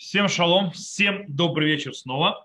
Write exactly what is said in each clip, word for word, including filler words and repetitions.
Всем шалом, всем добрый вечер снова.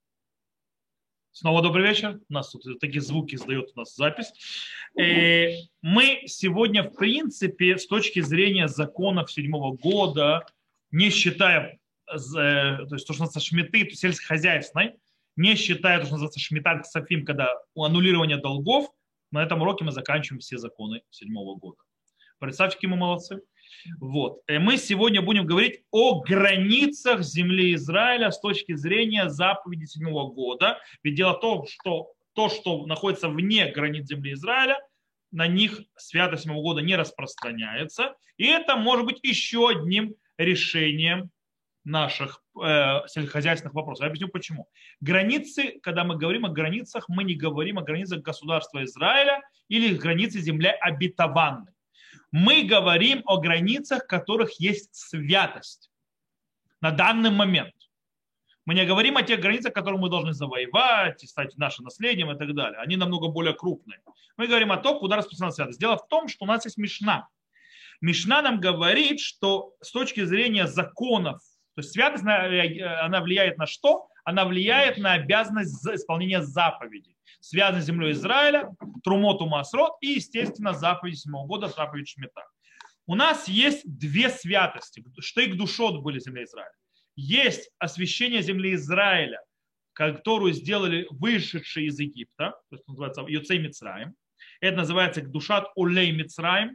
Снова добрый вечер. У нас тут такие звуки издает у нас запись. Э, Мы сегодня, в принципе, с точки зрения законов седьмого года, не считая, э, то есть то, что называется шмиты, то есть сельскохозяйственной, не считая то, что называется шмитат ксафим, когда у аннулирования долгов, на этом уроке мы заканчиваем все законы седьмого года. Представьте, какие мы молодцы. Вот. И мы сегодня будем говорить о границах земли Израиля с точки зрения заповеди седьмого года. Ведь дело в том, что то, что находится вне границ земли Израиля, на них святость седьмого года не распространяется. И это может быть еще одним решением наших э, сельскохозяйственных вопросов. Я объясню почему. Границы, когда мы говорим о границах, мы не говорим о границах государства Израиля или границы земли обетованной. Мы говорим о границах, в которых есть святость на данный момент. Мы не говорим о тех границах, которые мы должны завоевать и стать нашим наследием и так далее. Они намного более крупные. Мы говорим о том, куда распространяется святость. Дело в том, что у нас есть Мишна. Мишна нам говорит, что с точки зрения законов, то есть святость, она влияет на что? Она влияет на обязанность исполнения заповедей, связанной с землей Израиля, Трумоту Масрот и, естественно, заповеди седьмого года, заповедь Шмита. У нас есть две святости, штейк душот были в земле Израиля. Есть освящение земли Израиля, которую сделали вышедшие из Египта, то есть называется Йоцей Мицраим. Это называется Душат Олей Мицраим.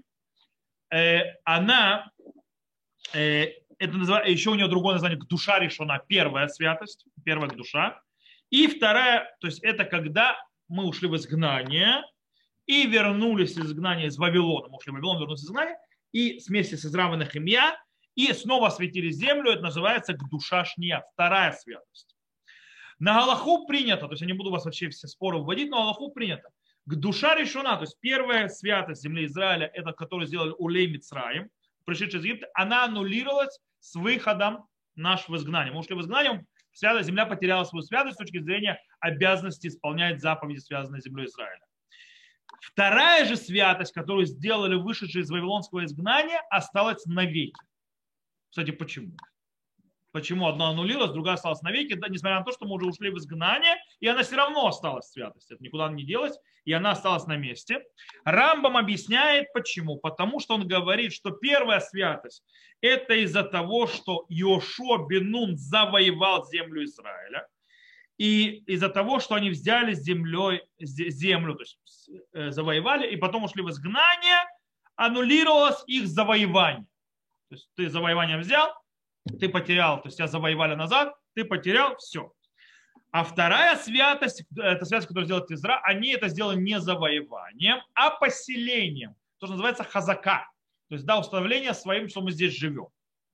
Она, это называется, еще у нее другое название, душа решена, первая святость, первая душа. И вторая, то есть это когда мы ушли в изгнание и вернулись из изгнания из Вавилона. Мы ушли в Вавилон, вернулись из изгнания, и вместе с Израилем и Нехемия, и снова осветили землю. Это называется душа шния, вторая святость. На Галаху принято, то есть я не буду вас вообще все споры вводить, но на Галаху принято. Душа решена, то есть первая святость земли Израиля, это которую сделали Улей Мицраим, пришедший из Египта, она аннулировалась с выходом наш в изгнание. Мы ушли в изгнание, святая земля потеряла свою святость с точки зрения обязанности исполнять заповеди, связанные с землей Израиля. Вторая же святость, которую сделали вышедшие из вавилонского изгнания, осталась навеки. Кстати, почему? Почему одна аннулировалась, другая осталась навеки, да, несмотря на то, что мы уже ушли в изгнание, и она все равно осталась святость. Это никуда не делась, и она осталась на месте. Рамбам объясняет, почему. Потому что он говорит, что первая святость – это из-за того, что Йошуа бен Нун завоевал землю Израиля, и из-за того, что они взяли землей, землю, то есть завоевали, и потом ушли в изгнание, аннулировалось их завоевание. То есть ты завоевание взял, ты потерял, то есть тебя завоевали назад, ты потерял, все. А вторая святость, это святость, которую сделает Израиль, они это сделали не завоеванием, а поселением. То, что называется хазака. То есть, да, установление своим, что мы здесь живем.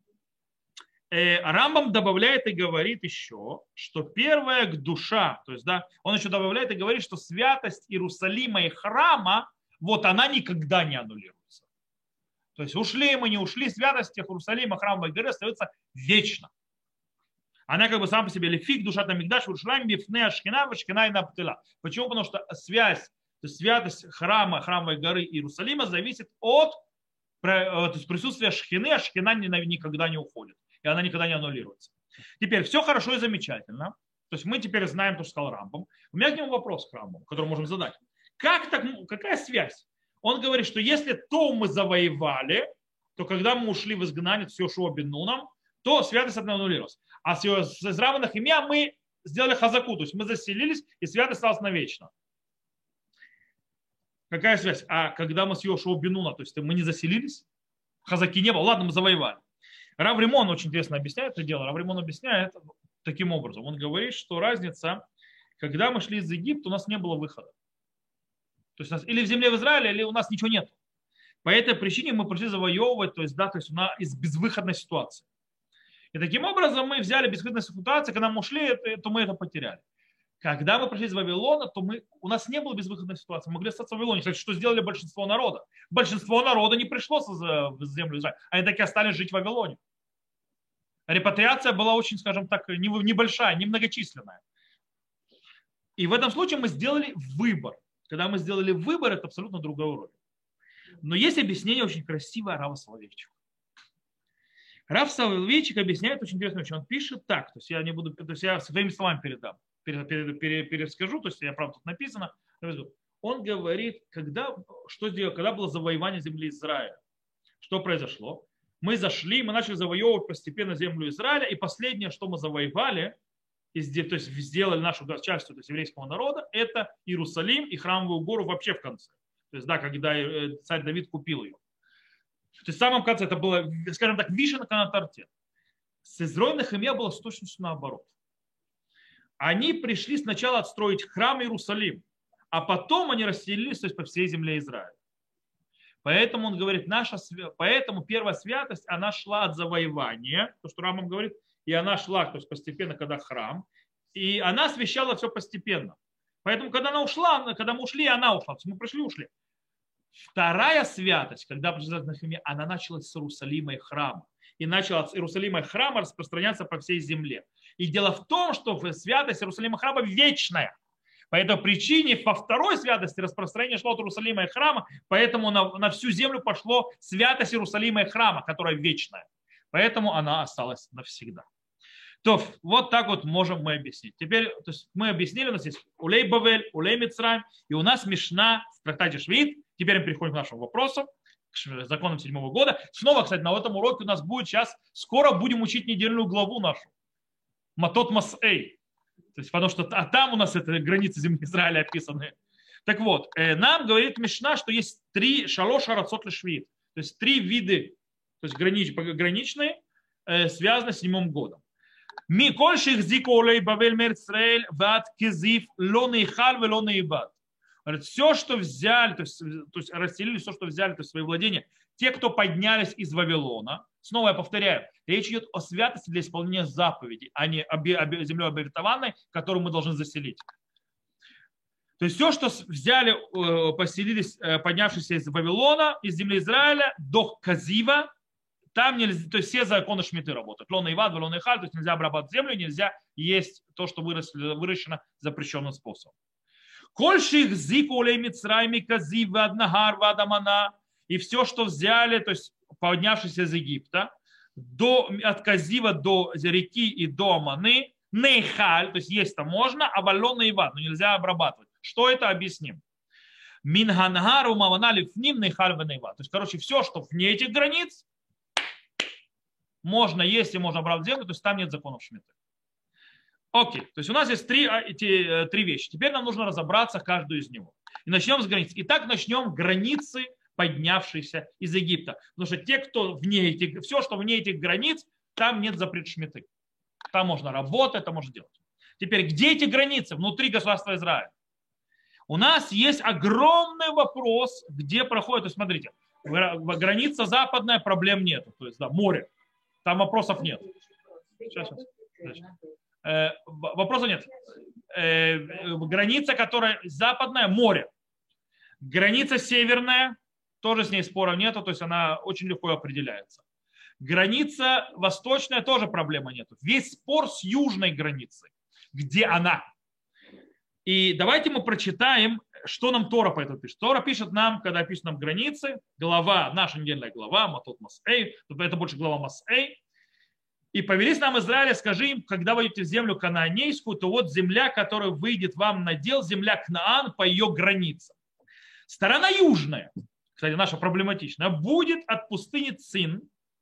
Рамбам добавляет и говорит еще, что первая душа, то есть, да, он еще добавляет и говорит, что святость Иерусалима и храма, вот она никогда не аннулируется. То есть ушли мы, не ушли, святость Иерусалима, храма и горы остается вечно. Она как бы сама по себе лефик, душа там мигдаш, вуршлайм, бифне, ашхина, ашхина и наптыла. Почему? Потому что связь, то есть святость храма, храмовой горы Иерусалима зависит от то есть присутствия шхины, а шхина никогда не уходит. И она никогда не аннулируется. Теперь все хорошо и замечательно. То есть мы теперь знаем то, что сказал Рамбам. У меня к нему вопрос к Рамбаму, который можем задать. Как так, какая связь? Он говорит, что если то мы завоевали, то когда мы ушли в изгнание с Йошуа бен Нуном, то святость аннулировалась. А с Израилем и Нехемия мы сделали хазаку, то есть мы заселились, и святость осталась навечно. Какая связь? А когда мы с Йошуа бен Нуном, то есть мы не заселились, хазаки не было, ладно, мы завоевали. Рав Римон очень интересно объясняет это дело. Рав Римон объясняет таким образом. Он говорит, что разница, когда мы шли из Египта, у нас не было выхода. То есть у нас или в земле в Израиле, или у нас ничего нет. По этой причине мы пришли завоевывать, то есть, да, то есть у нас из безвыходной ситуации. И таким образом мы взяли безвыходную ситуацию, когда мы ушли, то мы это потеряли. Когда мы пришли из Вавилона, то мы, у нас не было безвыходной ситуации. Мы могли остаться в Вавилоне. Кстати, что сделали большинство народа? Большинство народа не пришло в землю Израиля. Они таки остались жить в Вавилоне. Репатриация была очень, скажем так, небольшая, немногочисленная. И в этом случае мы сделали выбор. Когда мы сделали выбор, это абсолютно другой уровень. Но есть объяснение очень красивое Рава Соловейчика. Рав Соловейчик объясняет очень интересную вещь. Он пишет так, то есть я не буду, то есть я своими словами передам, перескажу, то есть я правда тут написано. Он говорит, когда, что сделал, когда было завоевание земли Израиля, что произошло? Мы зашли, мы начали завоевывать постепенно землю Израиля, и последнее, что мы завоевали, то есть сделали нашу частью, то есть еврейского народа, это Иерусалим и Храмовую гору вообще в конце. То есть, да, когда царь Давид купил ее. То есть в самом конце это было, скажем так, вишенка на торте. С Изрой Нехемия было с точностью наоборот. Они пришли сначала отстроить храм Иерусалим, а потом они расселились, то есть, по всей земле Израиля. Поэтому он говорит, наша, поэтому первая святость, она шла от завоевания, то, что Рамбам говорит, и она шла, то есть постепенно, когда храм, и она освящала все постепенно. Поэтому, когда она ушла, когда мы ушли, она ушла. То есть мы пришли, ушли. Вторая святость, когда пришла Нехемия, она началась с Иерусалима и храма. И начала от Иерусалима и храма распространяться по всей земле. И дело в том, что святость Иерусалима и храма вечная. По этой причине во второй святости распространение шло от Иерусалима и храма, поэтому на, на всю землю пошло святость Иерусалима и храма, которая вечная. Поэтому она осталась навсегда. То вот так вот можем мы объяснить. Теперь то есть мы объяснили, у нас есть Улей Бавель, Улей Мицраим, и у нас Мишна в трактате Швид. Теперь мы переходим к нашему вопросу, к законам седьмого года. Снова, кстати, на этом уроке у нас будет сейчас, скоро будем учить недельную главу нашу. Матот Масэй. То есть, потому что а там у нас это границы земли Израиля описаны. Так вот, э, нам говорит Мишна, что есть три шалош арацот лешвид. То есть три виды, то есть гранич, граничные, э, связаны с седьмым годом. Ми кольших зиколей бавель мерцраэль ват кизив лоны хал велоны ибад. Все, что взяли, то есть, то есть расселили все, что взяли, то есть свои владения, те, кто поднялись из Вавилона, снова я повторяю, речь идет о святости для исполнения заповедей, а не о земле обетованной, которую мы должны заселить. То есть все, что взяли, поселились, поднявшись из Вавилона, из земли Израиля до Казива, там нельзя, то есть все законы Шмиты работают. Лона и вад, лона и халь, то есть нельзя обрабатывать землю, нельзя есть то, что выращено запрещенным способом. Кольших зику улей Мицраими Казив вад нагар вад амана, и все, что взяли, то есть поднявшись из Египта, до, от Казива до реки и до Аманы, нейхаль, то есть есть там можно, а валлона и вад, но нельзя обрабатывать. Что это, объясним. Мингангару мавана лифним нейхаль венейвад. То есть, короче, все, что вне этих границ, можно есть и можно обрабатывать землю, то есть там нет законов Шмиты. Окей, то есть у нас есть три, эти, три вещи. Теперь нам нужно разобраться каждую из них. И начнем с границ. Итак, начнем границы, поднявшиеся из Египта. Потому что те, кто вне этих, все, что вне этих границ, там нет запрет Шмиты. Там можно работать, там можно делать. Теперь, где эти границы? Внутри государства Израиля. У нас есть огромный вопрос, где проходит, то есть смотрите, граница западная, проблем нет. То есть, да, море. Там вопросов нет. Сейчас, сейчас. Э, вопросов нет. Э, граница, которая западная, море. Граница северная, тоже с ней споров нету, то есть она очень легко определяется. Граница восточная, тоже проблемы нету. Весь спор с южной границей. Где она? И давайте мы прочитаем, что нам Тора по этому пишет. Тора пишет нам, когда пишет нам границы, глава, наша недельная глава, Матот Масэй, это больше глава Масэй. И повелись нам Израиля, скажи им, когда войдете в землю канаанейскую, то вот земля, которая выйдет вам на дел, земля Кнаан по ее границам. Сторона южная, кстати, наша проблематичная, будет от пустыни Цин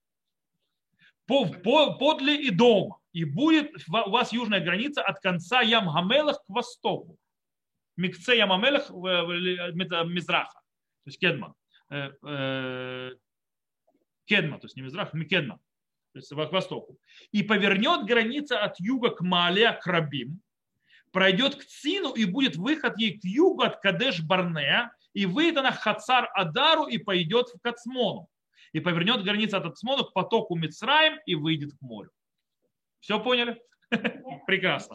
по, по, подле Идома. И будет у вас южная граница от конца Ям-Гамелах к востоку. Микце Ям-Гамелах Мизраха. То есть Кедма. Кедма, то есть не Мизрах, а Кедма. То есть к востоку. И повернет граница от юга к Маале, к Рабим. Пройдет к Цину и будет выход ей к югу от Кадеш-Барнея. И выйдет она к Хацар-Адару и пойдет в Кацмону. И повернет граница от Кацмону к потоку Мицраим и выйдет к морю. Все поняли? Прекрасно.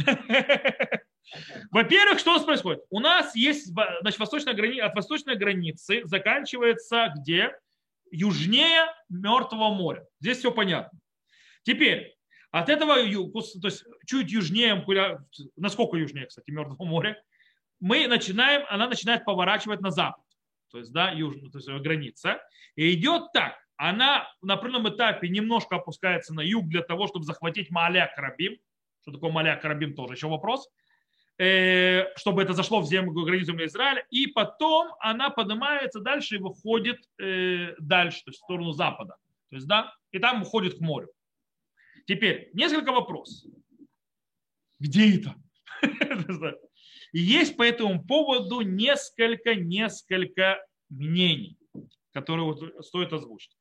Во-первых, что у нас происходит? У нас есть, значит, восточная граница, от восточной границы заканчивается где? Южнее Мертвого моря. Здесь все понятно. Теперь, от этого, то есть чуть южнее, насколько южнее, кстати, Мертвого моря, мы начинаем, она начинает поворачивать на запад. То есть, да, южная, то есть граница. И идет так. она на определенном этапе немножко опускается на юг для того, чтобы захватить Мааля Карабим. Что такое Мааля Карабим, тоже еще вопрос. Чтобы это зашло в землю, границу земли Израиля. И потом она поднимается дальше и выходит дальше, то есть в сторону запада. То есть, да, и там уходит к морю. Теперь несколько вопросов. Где это? И есть по этому поводу несколько, несколько мнений, которые вот стоит озвучить.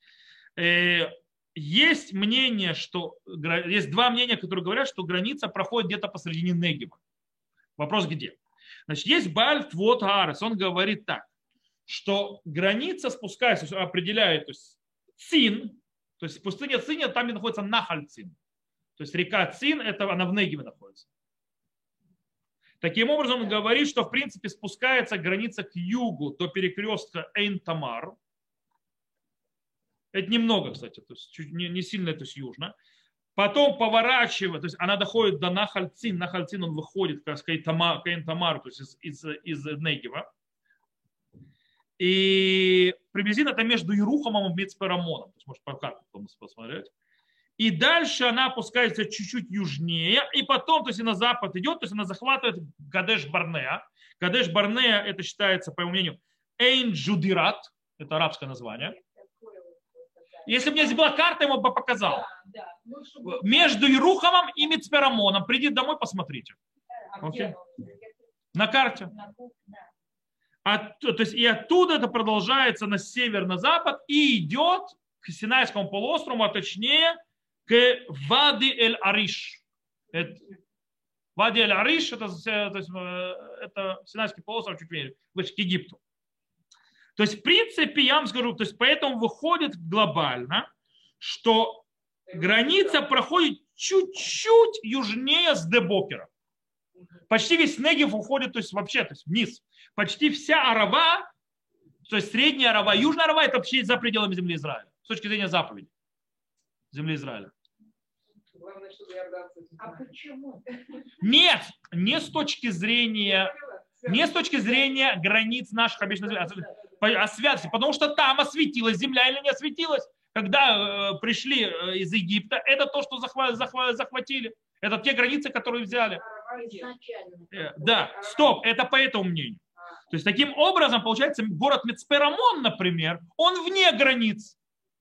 Есть мнение, что есть два мнения, которые говорят, что граница проходит где-то посредине Негева. Вопрос где? Значит, есть Бааль Твот Аарес, он говорит так, что граница спускается, определяет, то есть Цин, то есть пустыня Циня, там где находится Нахаль Цин. То есть река Цин, это она в Негеве находится. Таким образом, он говорит, что в принципе спускается граница к югу до перекрестка Эйн-Тамар. Это немного, кстати, то есть чуть не, не сильно, то есть южно. Потом поворачивает, то есть она доходит до Нахальцин. Нахальцин он выходит как Эйн-Тамар, то есть из, из, из Негева. И приблизительно это между Ерухамом и Мицперамоном. То есть может по карту посмотреть. И дальше она опускается чуть-чуть южнее, и потом, то есть на запад идет, то есть она захватывает Кадеш-Барнеа. Кадеш-Барнеа это считается, по моему мнению, Эйн-Джудират, это арабское название. Если бы у меня здесь была карта, я ему бы показал. Между Ерухамом и Мицперамоном. Придите домой, посмотрите. Okay. На карте. От, то есть и оттуда это продолжается на север, на запад и идет к Синайскому полуострову, а точнее к Вади-эль-Ариш. Вади-эль-Ариш это, то есть, это Синайский полуостров чуть выше к Египту. То есть, в принципе, я вам скажу, то есть, поэтому выходит глобально, что граница проходит чуть-чуть южнее с Дебокера. Почти весь Негев уходит, то есть, вообще, то есть, вниз. Почти вся Арава, то есть, средняя Арава, южная Арава, это вообще за пределами земли Израиля. С точки зрения заповеди земли Израиля. Главное, чтобы иорданцы... А почему? Нет, не с точки зрения, не с точки зрения границ наших обещанных земель, а святости, потому что там осветилась земля или не осветилась. Когда э, пришли э, из Египта, это то, что захва- захва- захватили. Это те границы, которые взяли. Э, да, стоп, это по этому мнению. То есть таким образом, получается, город Мицперамон, например, он вне границ.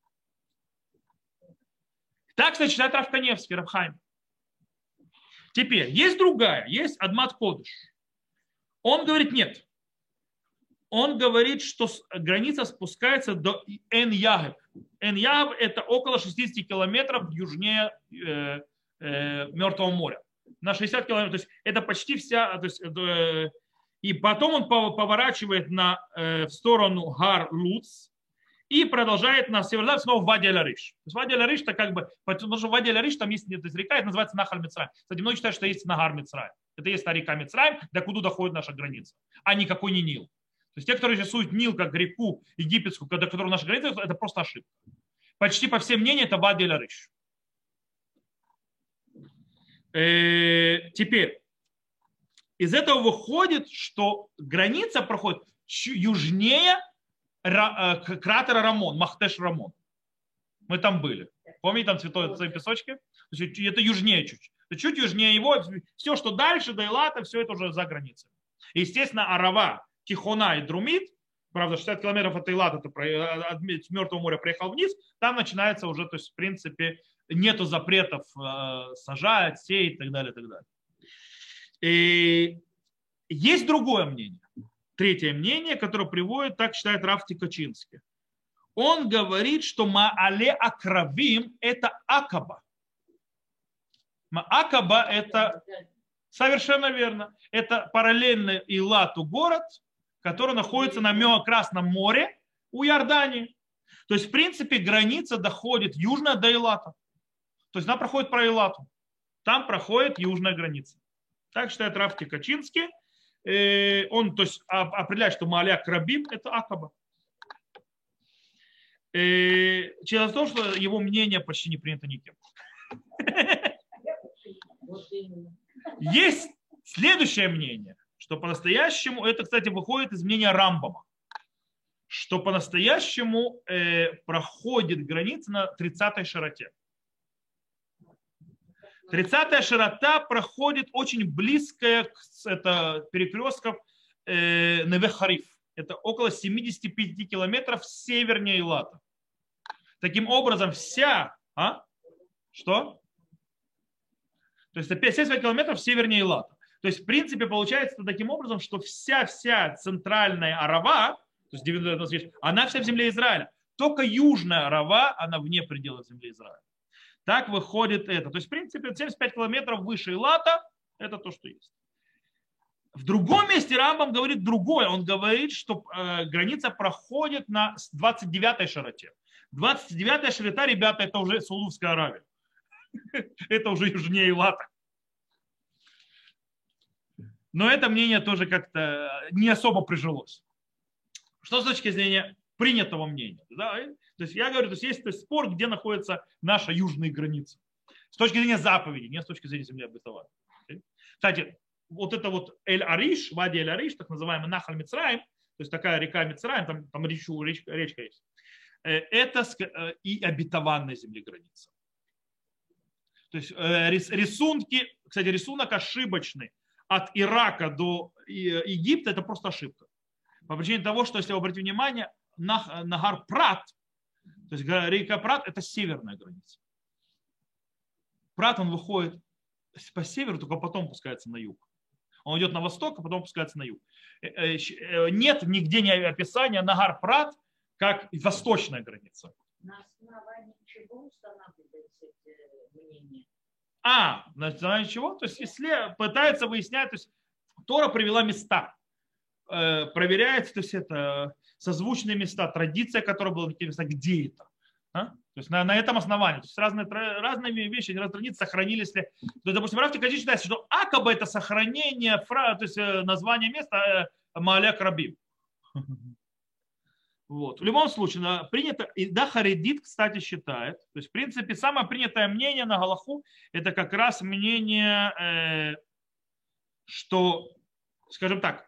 Так, кстати, считает Рав Каневский, Рав Хаим. Теперь, есть другая, есть Адмат Кодыш. Он говорит нет. Он говорит, что граница спускается до Эн-Ягеб. Эн-Ягеб это около шестьдесят километров южнее э, э, Мертвого моря. На шестьдесят километров. То есть это почти вся... То есть, э, и потом он поворачивает на, э, в сторону Гар-Луц и продолжает на северо снова в Вади-эль-Ариш. То есть Вади-эль-Ариш это как бы... Потому что Вади-эль-Ариш там есть, есть река, это называется Нахаль-Мицраим. Кстати, многие считают, что есть Нагар Мицраим. Это есть та река Мицраим, до куда доходит наша граница. А никакой не Нил. То есть те, которые рисуют Нил как реку египетскую, до которой наша граница, это просто ошибка. Почти по всем мнениям это Вади-эль-Ариш. Теперь, из этого выходит, что граница проходит южнее кратера Рамон, Махтеш Рамон. Мы там были. Помните, там цветные песочки? То есть это южнее чуть-чуть. Чуть южнее его, все, что дальше до Элата, все это уже за границей. Естественно, Арава, Тихона и Друмит, правда, шестьдесят километров от Элата, от Мертвого моря проехал вниз, там начинается уже, то есть, в принципе, нету запретов сажать, сеять и так далее, и так далее. И есть другое мнение. Третье мнение, которое приводит, так считает Рав Тикачинский. Он говорит, что Маале Акравим это Акаба. Акаба это совершенно верно. Это параллельно Илату город, который находится на Красном море у Иордании. То есть, в принципе, граница доходит южно до Илата. То есть она проходит про Илату. Там проходит южная граница. Так считает Рав Тикачинский. Он то есть, определяет, что Маале Акравим это Акаба. Дело в том, что его мнение почти не принято никем. Есть следующее мнение, что по-настоящему, это, кстати, выходит из мнения Рамбама, что по-настоящему э, проходит граница на тридцатой широте. тридцатая широта проходит очень близко к это, перекрестков э, Неве-Хариф. Это около семидесяти пяти километров севернее Эйлата. Таким образом, вся... А? Что? То есть это семьдесят пять километров севернее Эйлата. То есть, в принципе, получается таким образом, что вся-вся центральная Арава, то есть девяносто девять, она вся в земле Израиля. Только южная Арава, она вне пределов земли Израиля. Так выходит это. То есть, в принципе, семьдесят пять километров выше Эйлата, это то, что есть. В другом месте Рамбам говорит другое. Он говорит, что э, граница проходит на двадцать девятой широте. двадцать девятая широта, ребята, это уже Саудовская Аравия. Это уже южнее Эйлата. Но это мнение тоже как-то не особо прижилось. Что с точки зрения принятого мнения? Да? То есть я говорю, то есть есть то есть спор, где находится наша южная граница. С точки зрения заповеди, не с точки зрения земли обетованной. Кстати, вот это вот Эль-Ариш, Вади Эль-Ариш, так называемый Нахаль Мицраим, то есть такая река Мицраим, там, там речу, речка, речка есть, это и обетованная земли граница. То есть рисунки, кстати, рисунок ошибочный от Ирака до Египта, это просто ошибка. По причине того, что, если вы обратите внимание, Нагар Прат, то есть река Прат, это северная граница. Прат, он выходит по северу, только потом пускается на юг. Он идет на восток, а потом опускается на юг. Нет нигде не описания Нагар Прат как восточная граница. На основании чего устанавливается это мнение? А, на основании чего? То есть если пытается выяснять, то есть Тора привела места, проверяется, то есть это созвучные места, традиция, которая была, такие места, где это. А? То есть на, на этом основании. То есть разные, разные вещи, разные традиции сохранились ли. То есть, допустим, Рав Тикаджи считает, что Акаба это сохранение, фра, то есть название места Мааля Крабим. Вот. В любом случае, принято, и да, Харидит, кстати, считает, то есть, в принципе, самое принятое мнение на Галаху, это как раз мнение, э, что, скажем так,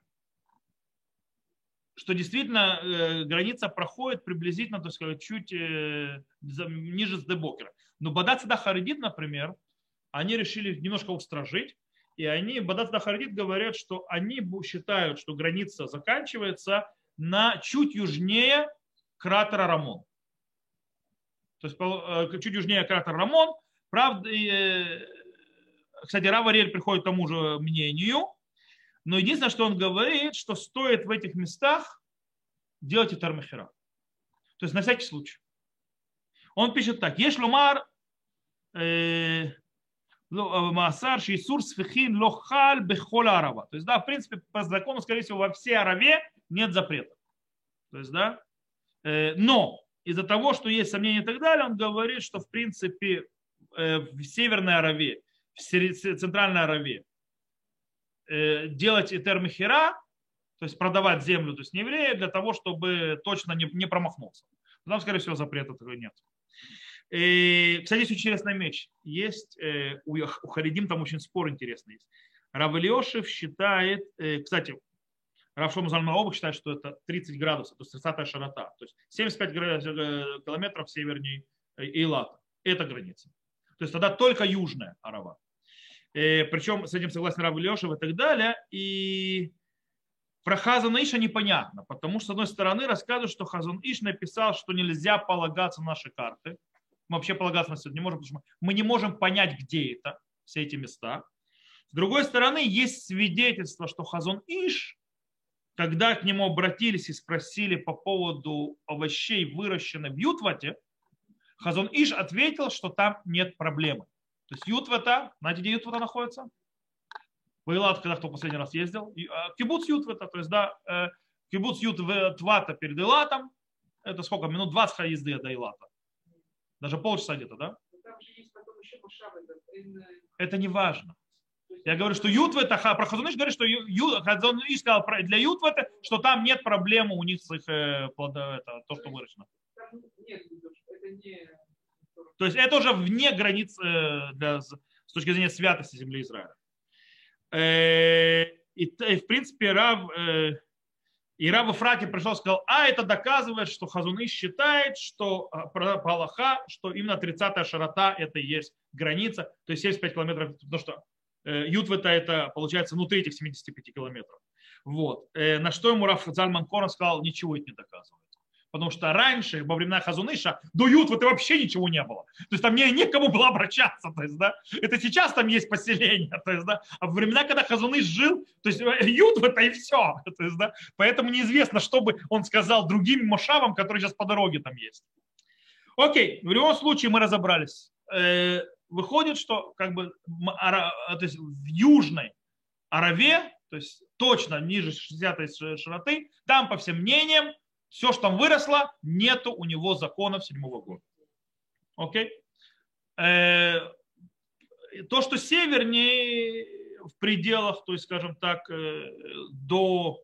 что действительно э, граница проходит приблизительно, то есть, чуть э, ниже Сдебокера. Но Бадат да Харидит, например, они решили немножко устражить, и они, Бадат да Харидит, говорят, что они считают, что граница заканчивается на чуть южнее кратера Рамон. То есть чуть южнее кратера Рамон. Правда, кстати, Рав Ариэль приходит к тому же мнению, но единственное, что он говорит, что стоит в этих местах делать итар мехира. То есть на всякий случай. Он пишет так. Еш ломар маасар шейсур сфихин лохал бехола арава. То есть, да, в принципе, по закону, скорее всего, во всей Араве нет запрета. То есть, да, но из-за того, что есть сомнения и так далее, он говорит, что в принципе в Северной Араве, в Центральной Араве делать итер мехира, то есть продавать землю, то есть не евреи, для того, чтобы точно не, не промахнуться. Там, скорее всего, запрета такого нет. И, кстати, есть очень интересная вещь. Есть у, у Харидим там очень спор интересный есть. Рав Элиошев считает, кстати, Рав Шломо Залман Аубах считает, что это тридцать градусов, то есть тридцатая широта. То есть семьдесят пять километров севернее Эйлата. Это граница. То есть тогда только южная Арава. И, причем с этим согласен Рав Элиошев и так далее. И про Хазон Иша непонятно, потому что, с одной стороны, рассказывают, что Хазон Иш написал, что нельзя полагаться на наши карты. Мы вообще полагаться на это не можем, потому что мы не можем понять, где это, все эти места. С другой стороны, есть свидетельство, что Хазон Иш, когда к нему обратились и спросили по поводу овощей, выращенных в Ютвате, Хазон Иш ответил, что там нет проблемы. То есть Ютвата, знаете, где Ютвата находится? В Эйлат, когда кто последний раз ездил. Кибуц Ютвата, то есть, да, кибуц Ютвата перед Эйлатом, это сколько? Минут двадцать езды до Эйлата. Даже полчаса где-то, да? Это не важно. Я говорю, что Ютвата, про Хазон Иш говорит, что Хазон Иш сказал для Ютвата, что там нет проблемы у них с их плодо, это, то, что выращено. То есть это уже вне границ для, с точки зрения святости земли Израиля. И, и в принципе, Рав И раб Ефрати пришел и сказал, а это доказывает, что Хазуныш считает, что по Аллаха, что именно тридцатая широта это и есть граница, то есть семьдесят пять километров, потому что Ютвета это получается внутри этих семидесяти пяти километров. Вот. На что ему рав Зальман Коран сказал, ничего это не доказывает. Потому что раньше, во времена Хазуныша, до Ютвы вообще ничего не было. То есть там не, некому было обращаться. То есть, да? Это сейчас там есть поселение. То есть, да? А во времена, когда Хазуныш жил, то есть Ютва-то и все. То есть, да? Поэтому неизвестно, что бы он сказал другим мошавам, которые сейчас по дороге там есть. Окей, в любом случае мы разобрались. Выходит, что как бы, то есть в южной Араве, то есть точно ниже шестидесятой широты, там по всем мнениям, все, что там выросло, нету у него законов седьмого года. Окей? Э, то, что севернее в пределах, то есть, скажем так, э, до,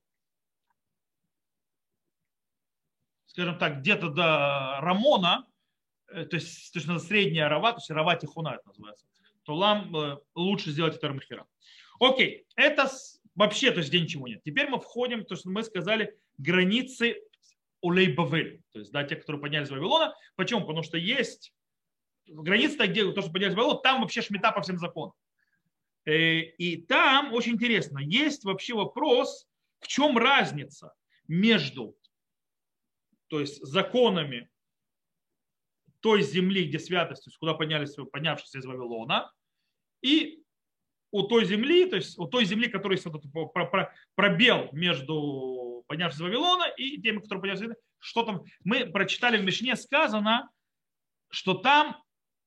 скажем так, где-то до Рамона, э, то есть, то есть средняя Арава, то есть Арава Тихуна это называется, то лам э, лучше сделать это Армахира. Окей, это с, вообще, то есть, где ничего нет. Теперь мы входим, то, что мы сказали, границы Улей-Бавель, то есть, да, те, которые поднялись с Вавилона. Почему? Потому что есть граница, где то, что поднялись с Вавилона, там вообще шмита по всем законам. И там очень интересно, есть вообще вопрос, в чем разница между, то есть, законами той земли, где святость, то есть, куда поднялись, поднявшиеся из Вавилона, и у той земли, то есть у той земли, которая есть вот этот пробел между поднявшись из Вавилона и теми, которые поднялись из Вавилона, что там, мы прочитали в Мишне, сказано, что там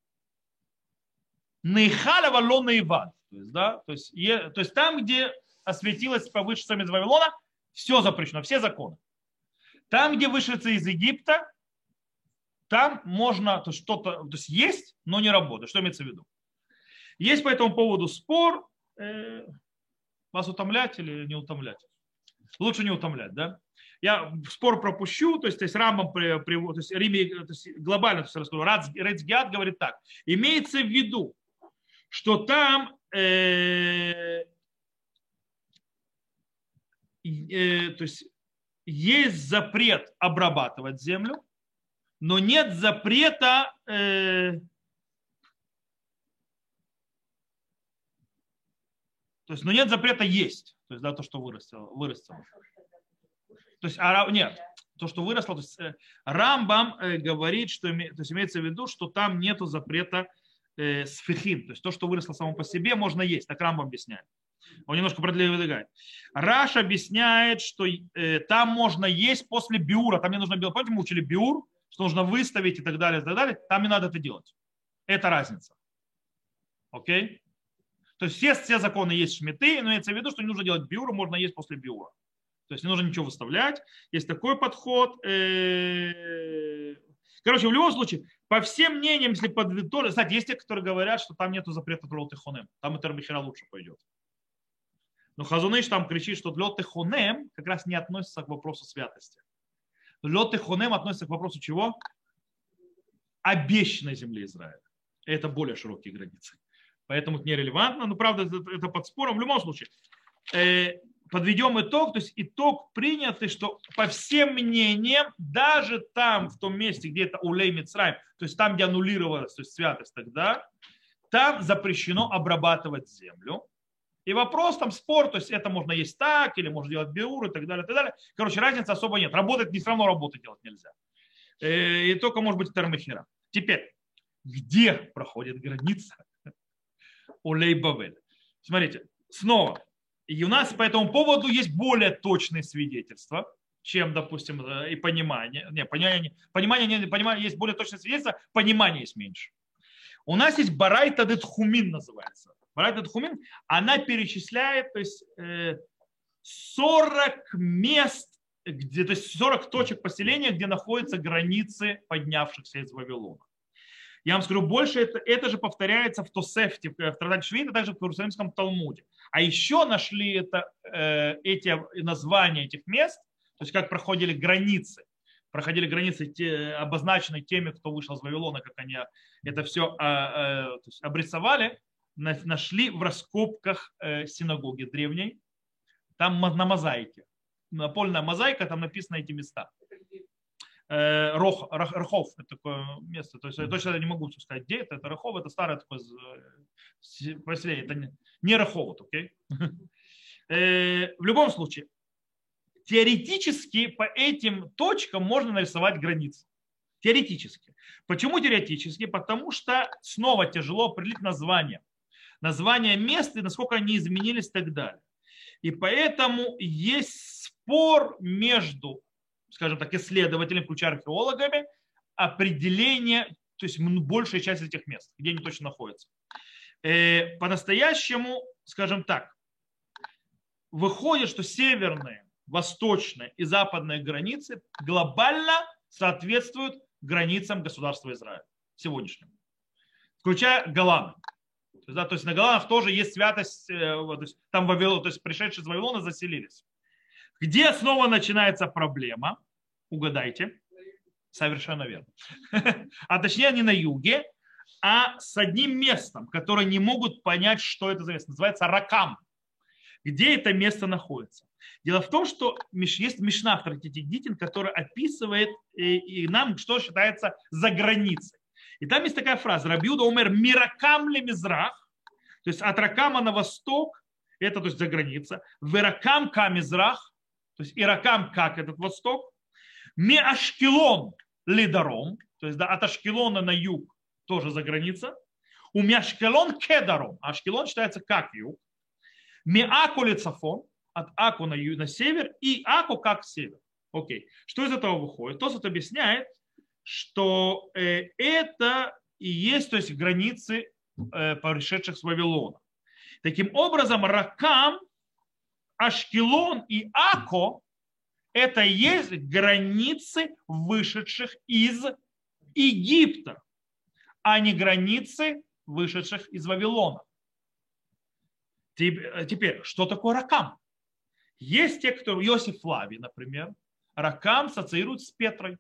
Нейхалева лона Ивад, то есть, да, то есть, то есть там, где осветилось повыше из Вавилона, все запрещено, все законы. Там, где вышедшие из Египта, там можно то есть, что-то, то есть есть, но не работает. Что имеется в виду? Есть по этому поводу спор, э, вас утомлять или не утомлять? Лучше не утомлять, да? Я спор пропущу, то есть, то есть Рамбам, при, при, то есть, Риме, то есть, глобально то есть, расскажу. Рейцгиат говорит так. Имеется в виду, что там э, э, то есть, есть запрет обрабатывать землю, но нет запрета э, то есть, но нет запрета есть, то есть, да, то, что вырастило. вырастило. То есть, а, нет, то, что выросло, то есть, Рамбам э, говорит, что то есть, имеется в виду, что там нету запрета э, сфихим, то есть то, что выросло само по себе, можно есть, так Рамбам объясняет. Он немножко продвигает. Раш объясняет, что э, там можно есть после биура, там не нужно бело, помните, мы учили биур, что нужно выставить и так далее, и так далее, там не надо это делать. Это разница. Окей? То есть все, все законы есть шмиты, но имеется в виду, что не нужно делать биура, можно есть после биура. То есть не нужно ничего выставлять. Есть такой подход. Короче, в любом случае, по всем мнениям, если подытожить, кстати, есть те, которые говорят, что там нету запрета длот и хонем. Там это Армахира лучше пойдет. Но Хазуныш там кричит, что длот и хонем как раз не относится к вопросу святости. Длот и хонем относится к вопросу чего? Обещанной земли Израиля. Это более широкие границы. Поэтому это нерелевантно. Но правда, это под спором. В любом случае, подведем итог. То есть итог принятый, что по всем мнениям, даже там, в том месте, где это Улей Мицраим, то есть там, где аннулировалась то есть святость тогда, там запрещено обрабатывать землю. И вопрос там спор, то есть это можно есть так, или можно делать биур и так далее, и так далее. Короче, разницы особо нет. Работать не все равно работать делать нельзя. И только может быть Термехира. Теперь, где проходит граница Улей Бавель? Смотрите, снова. И у нас по этому поводу есть более точные свидетельства, чем, допустим, и понимание. Не, понимание, понимание, не, понимание есть более точные свидетельства, понимания есть меньше. У нас есть Барайта де Тхумин называется. Барайта де Тхумин, она перечисляет, то есть сорок мест, где, то есть сорок точек поселения, где находятся границы поднявшихся из Вавилона. Я вам скажу больше, это, это же повторяется в Тосефте, в Тратате Швид, а также в Иерусалимском Талмуде. А еще нашли это, э, эти названия этих мест, то есть как проходили границы, проходили границы, те, обозначенные теми, кто вышел из Вавилона, как они это все э, э, то есть обрисовали, на, нашли в раскопках э, синагоги древней, там на мозаике. напольная мозаика, там написаны эти места. Рох, Рахов, это такое место. То есть я точно не могу сказать, где это. Это Рахов, это старое такое поселение. Это не, не Раховод, окей? В любом случае, теоретически по этим точкам можно нарисовать границы. Теоретически. Почему теоретически? Потому что снова тяжело определить название. Название мест и насколько они изменились и так далее. И поэтому есть спор между, скажем так, исследователями, включая археологами, определение, то есть большая часть этих мест, где они точно находятся. По-настоящему, скажем так, выходит, что северные, восточные и западные границы глобально соответствуют границам государства Израиля сегодняшнему, включая Голланд. То есть, да, то есть на Голландах тоже есть святость, то есть, там Вавилон, то есть пришедшие из Вавилона заселились. Где снова начинается проблема? Угадайте. Совершенно верно. А точнее не на юге, а с одним местом, которое не могут понять, что это за место. Называется Ракам. Где это место находится? Дело в том, что есть Мишна в трактате Гитин, который описывает и нам, что считается за границей. И там есть такая фраза: Раби Иуда омер миракам ле мизрах, то есть от Ракама на восток, это то есть за граница, веракам ка мизрах, то есть иракам как этот восток, ми ашкелон ли даром, то есть да, от Ашкелона на юг тоже за граница, у ми ашкелон ке даром, а Ашкелон считается как юг, ми аку ли цафон, от Аку на, на север и Аку как север. Окей. Что из этого выходит? Тосфот объясняет, что э, это и есть, то есть границы э, пришедших с Вавилона. Таким образом, Ракам, Ашкелон и Ако это и есть границы вышедших из Египта, а не границы вышедших из Вавилона. Теперь, что такое Ракам? Есть те, кто, Иосиф Флавий, например, Ракам ассоциируют с Петрой.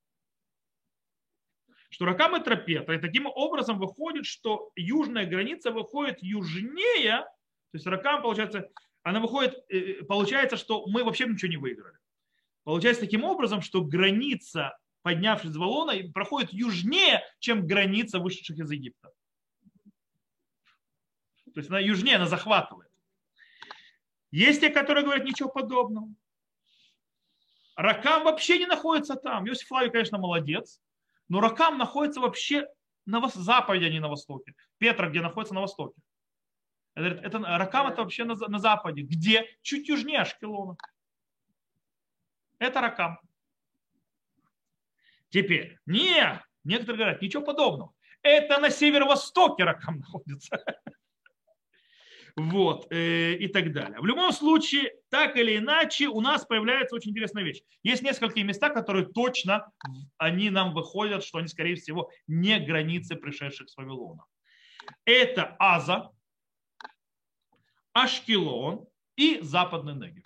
Что Ракам это Петра. И таким образом выходит, что южная граница выходит южнее. То есть Ракам, получается, она выходит, получается, что мы вообще ничего не выиграли. Получается таким образом, что граница, поднявшись из Вавилона, проходит южнее, чем граница вышедших из Египта. То есть она южнее, она захватывает. Есть те, которые говорят ничего подобного. Ракам вообще не находится там. Иосиф Флавий, конечно, молодец, но Ракам находится вообще на западе, а не на востоке. Петра, где находится на востоке. Это, это, Ракам это вообще на, на западе, где чуть южнее Ашкелона. Это Ракам. Теперь, не, некоторые говорят, ничего подобного. Это на северо-востоке Ракам находится. Вот, э, и так далее. В любом случае, так или иначе, у нас появляется очень интересная вещь. Есть несколько места, которые точно, они нам выходят, что они, скорее всего, не границы пришедших с Вавилона. Это Аза, Ашкелон и Западный Негев.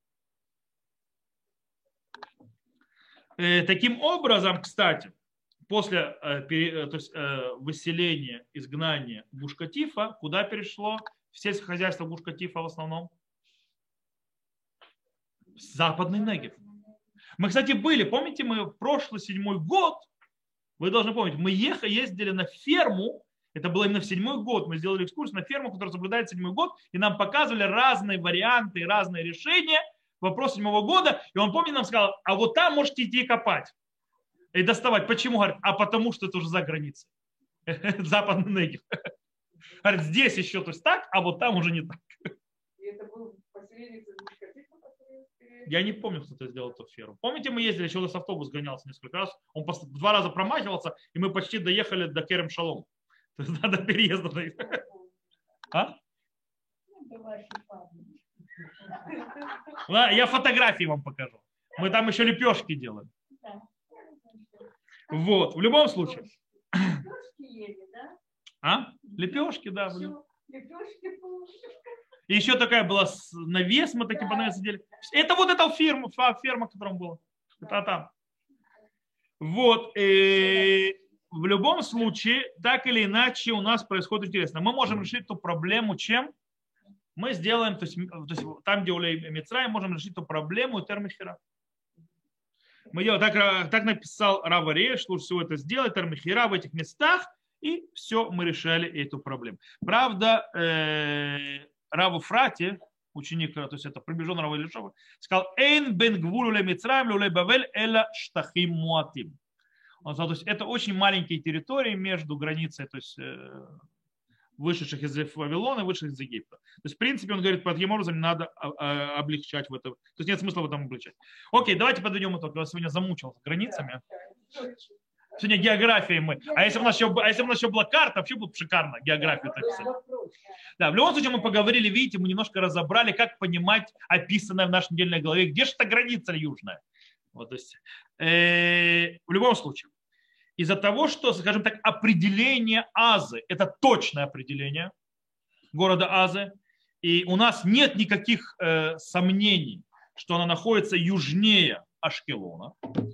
Э, таким образом, кстати, после э, то есть, э, выселения, изгнания Гуш-Катифа, куда перешло сельское хозяйство Гуш-Катифа в основном? Западный Негев. Мы, кстати, были, помните, мы в прошлый седьмой год, вы должны помнить, мы ехали, ездили на ферму, это было именно в седьмой год, мы сделали экскурсию на ферму, которая соблюдает седьмой год, и нам показывали разные варианты и разные решения вопроса седьмого года, и он, помните, нам сказал, а вот там можете идти копать и доставать. Почему? Говорит, а потому что это уже за границей. Западный Негев. Говорит, здесь еще то есть так, а вот там уже не так. И это был поселенец из Гуш-Катифа, который... Я не помню, кто это сделал эту ферму. Помните, мы ездили, еще у нас автобус гонялся несколько раз, он два раза промахивался, и мы почти доехали до Керем-Шалом. То есть надо переезда. А? Я фотографии вам покажу. Мы там еще лепешки делаем. Вот, в любом случае. А? Лепешки, да. И еще такая была навес, мы такие по сидели. Это вот эта ферма, ферма, которая была. Это там. Вот. И в любом случае, так или иначе, у нас происходит интересно. Мы можем решить эту проблему чем? мы сделаем, то есть, то есть там, где Олей Мицраим, можем решить эту проблему термихира. Мы делаем, так, так написал Рав Ариэль, что лучше всего это сделать, термихира в этих местах, и все, мы решали эту проблему. Правда, э, Раву Фрати, ученик, то есть это приближенный Рава Илишова, сказал, «Эйн бен гвуль Олей Мицраим, Олей Бавель, эла штахим муатим». Он сказал, то есть это очень маленькие территории между границей, то есть э, вышедших из Вавилона и вышедших из Египта. То есть, в принципе, он говорит, по таким образом надо облегчать в этом. То есть нет смысла в этом облегчать. Окей, давайте подведем итог. Я сегодня замучился границами. Сегодня географией мы. А если бы у нас еще, а если бы у нас еще была карта, вообще будет шикарно географию так писать. Да, в любом случае мы поговорили, видите, мы немножко разобрали, как понимать описанное в нашей недельной главе, где же эта граница южная. Вот, то есть, э, в любом случае. Из-за того, что, скажем так, определение Азы, это точное определение города Азы, и у нас нет никаких э, сомнений, что она находится южнее Ашкелона.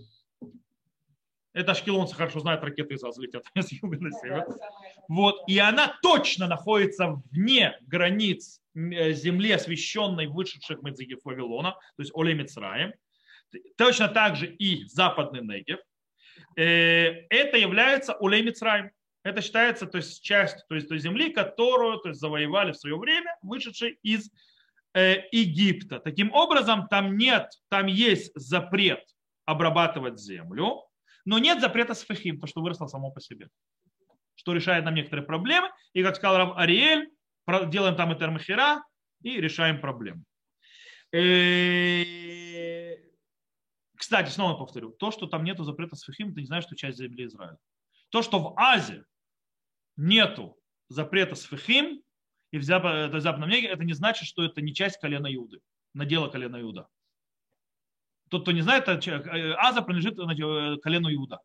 Это ашкелонцы хорошо знают, ракеты из Азы летят с юга на север. Вот. И она точно находится вне границ земли, освященной вышедших из Вавилона, то есть Олей Мицраим. Точно так же и западный Негев. Это является Олей Мицраим. Это считается, то есть, часть то есть, той земли, которую то есть, завоевали в свое время, вышедшие из э, Египта. Таким образом, там нет, там есть запрет обрабатывать землю, но нет запрета сфахим, то, что выросло само по себе, что решает нам некоторые проблемы. И, как сказал Рав Ариэль, делаем там и термихира и решаем проблему. Кстати, снова повторю, то, что там нету запрета сфахим, это не значит, что часть земли Израиля. То, что в Азии нету запрета сфахим, и в Западном Неге, это не значит, что это не часть колена Иуды, надела колена Иуда. Тот, кто не знает, Аза принадлежит колену Иуда.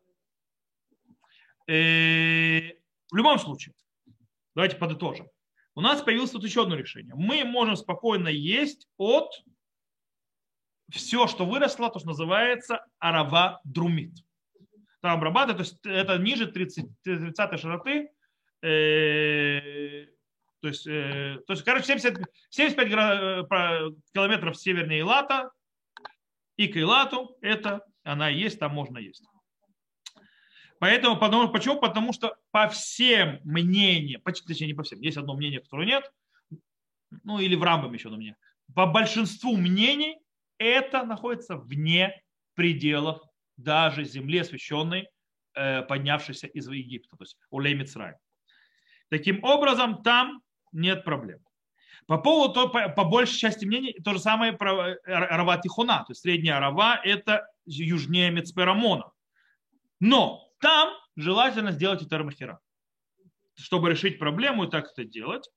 В любом случае, давайте подытожим. У нас появилось тут еще одно решение. Мы можем спокойно есть от все, что выросло, то, что называется арава друмит. Там обрабатывают, то есть это ниже тридцатой широты. Э, то, есть, э, то есть, короче, семьдесят, семьдесят пять километров севернее Илата и к Илату, это она есть, там можно есть. Поэтому, потому, почему? Потому что по всем мнениям, почти, точнее не по всем, есть одно мнение, которое нет, ну или в Рамбаме еще одно мнение. По большинству мнений это находится вне пределов даже земли, освященной, э, поднявшейся из Египта, то есть Олей Мицраим. Таким образом, там нет проблем. По поводу, по, по большей части мнений, то же самое про Арава Тихона, то есть средняя Арава, это южнее Мицпе-Рамона. Но там желательно сделать и термахира, чтобы решить проблему и так это делать.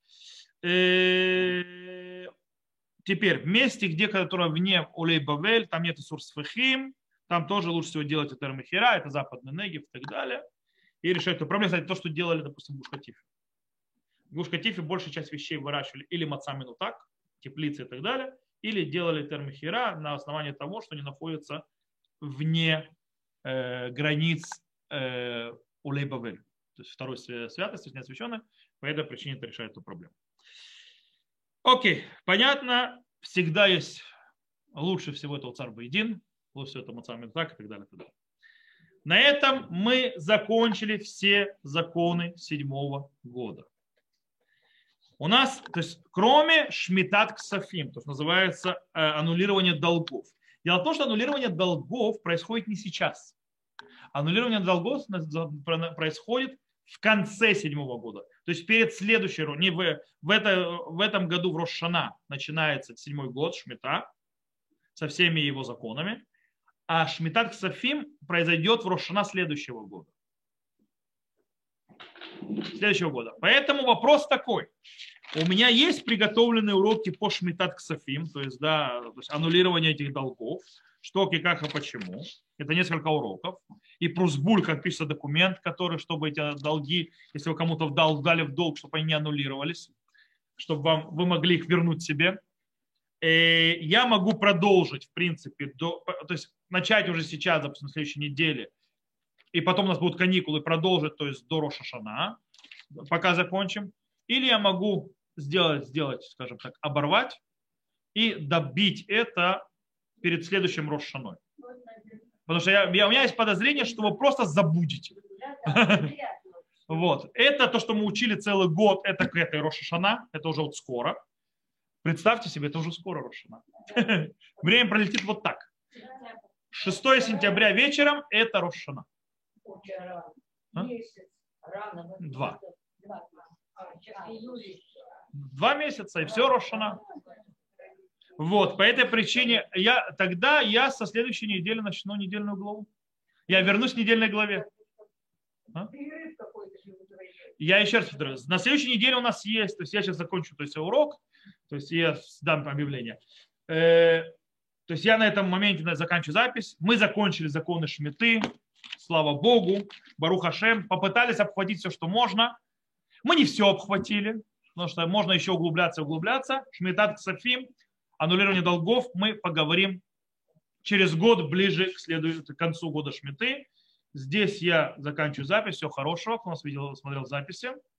Теперь, в месте, где, которое вне Олей Бавель, там нет Сурсфахим, там тоже лучше всего делать термахира, это западный Негев и так далее. И решать эту проблему. Кстати, то, что делали, допустим, в Гуш-Катифе. В Гуш-Катифе большую часть вещей выращивали или мацамину так, теплицы и так далее, или делали термахира на основании того, что они находятся вне э, границ э, Олей Бавель. То есть второй святости, не освященной, по этой причине это решает эту проблему. Окей, понятно, всегда есть лучше всего этого царь Бейдин, лучше всего это мацамину так и так далее, и так далее. На этом мы закончили все законы седьмого года. У нас, то есть, кроме шмитат ксафим, то, что называется э, аннулирование долгов. Дело в том, что аннулирование долгов происходит не сейчас. Аннулирование долгов происходит в конце седьмого года. То есть перед следующей, не в, в, это, в этом году в Рош-Шана начинается седьмой год шмита со всеми его законами. А шмитат ксафим произойдет в Рош-Шана следующего года. Следующего года. Поэтому вопрос такой. У меня есть приготовленные уроки по шмитат ксафим, то есть, да, то есть аннулирование этих долгов, что и как и почему. Это несколько уроков. И Прусбуль, как пишется документ, который, чтобы эти долги, если вы кому-то дали в долг, чтобы они не аннулировались, чтобы вам, вы могли их вернуть себе. И я могу продолжить, в принципе, до, то есть начать уже сейчас, допустим, на следующей неделе, и потом у нас будут каникулы, продолжить, то есть до Рош ха-Шана, пока закончим. Или я могу сделать, сделать, скажем так, оборвать и добить это перед следующим Рош Шаной. Потому что я, я, у меня есть подозрение, что вы просто забудете. Вот. Это то, что мы учили целый год, это к этой Рош Шана, это уже вот скоро. Представьте себе, это уже скоро Рош Шана. Время пролетит вот так. шестого сентября вечером это Рош Шана. А? Два. Два месяца, и все Рош Шана. Вот, по этой причине я, тогда я со следующей недели начну недельную главу. Я вернусь к недельной главе. А? Я еще раз повторю. На следующей неделе у нас есть, то есть я сейчас закончу то есть, урок, то есть я дам объявление. Э, то есть я на этом моменте заканчиваю запись. Мы закончили законы Шмиты, слава Богу, Барух Ашем, попытались обхватить все, что можно. Мы не все обхватили, потому что можно еще углубляться, углубляться. Шмитат Ксафим, аннулирование долгов, мы поговорим через год, ближе к, следу... к концу года Шмиты. Здесь я заканчиваю запись. Всего хорошего. Кто нас видел, смотрел записи.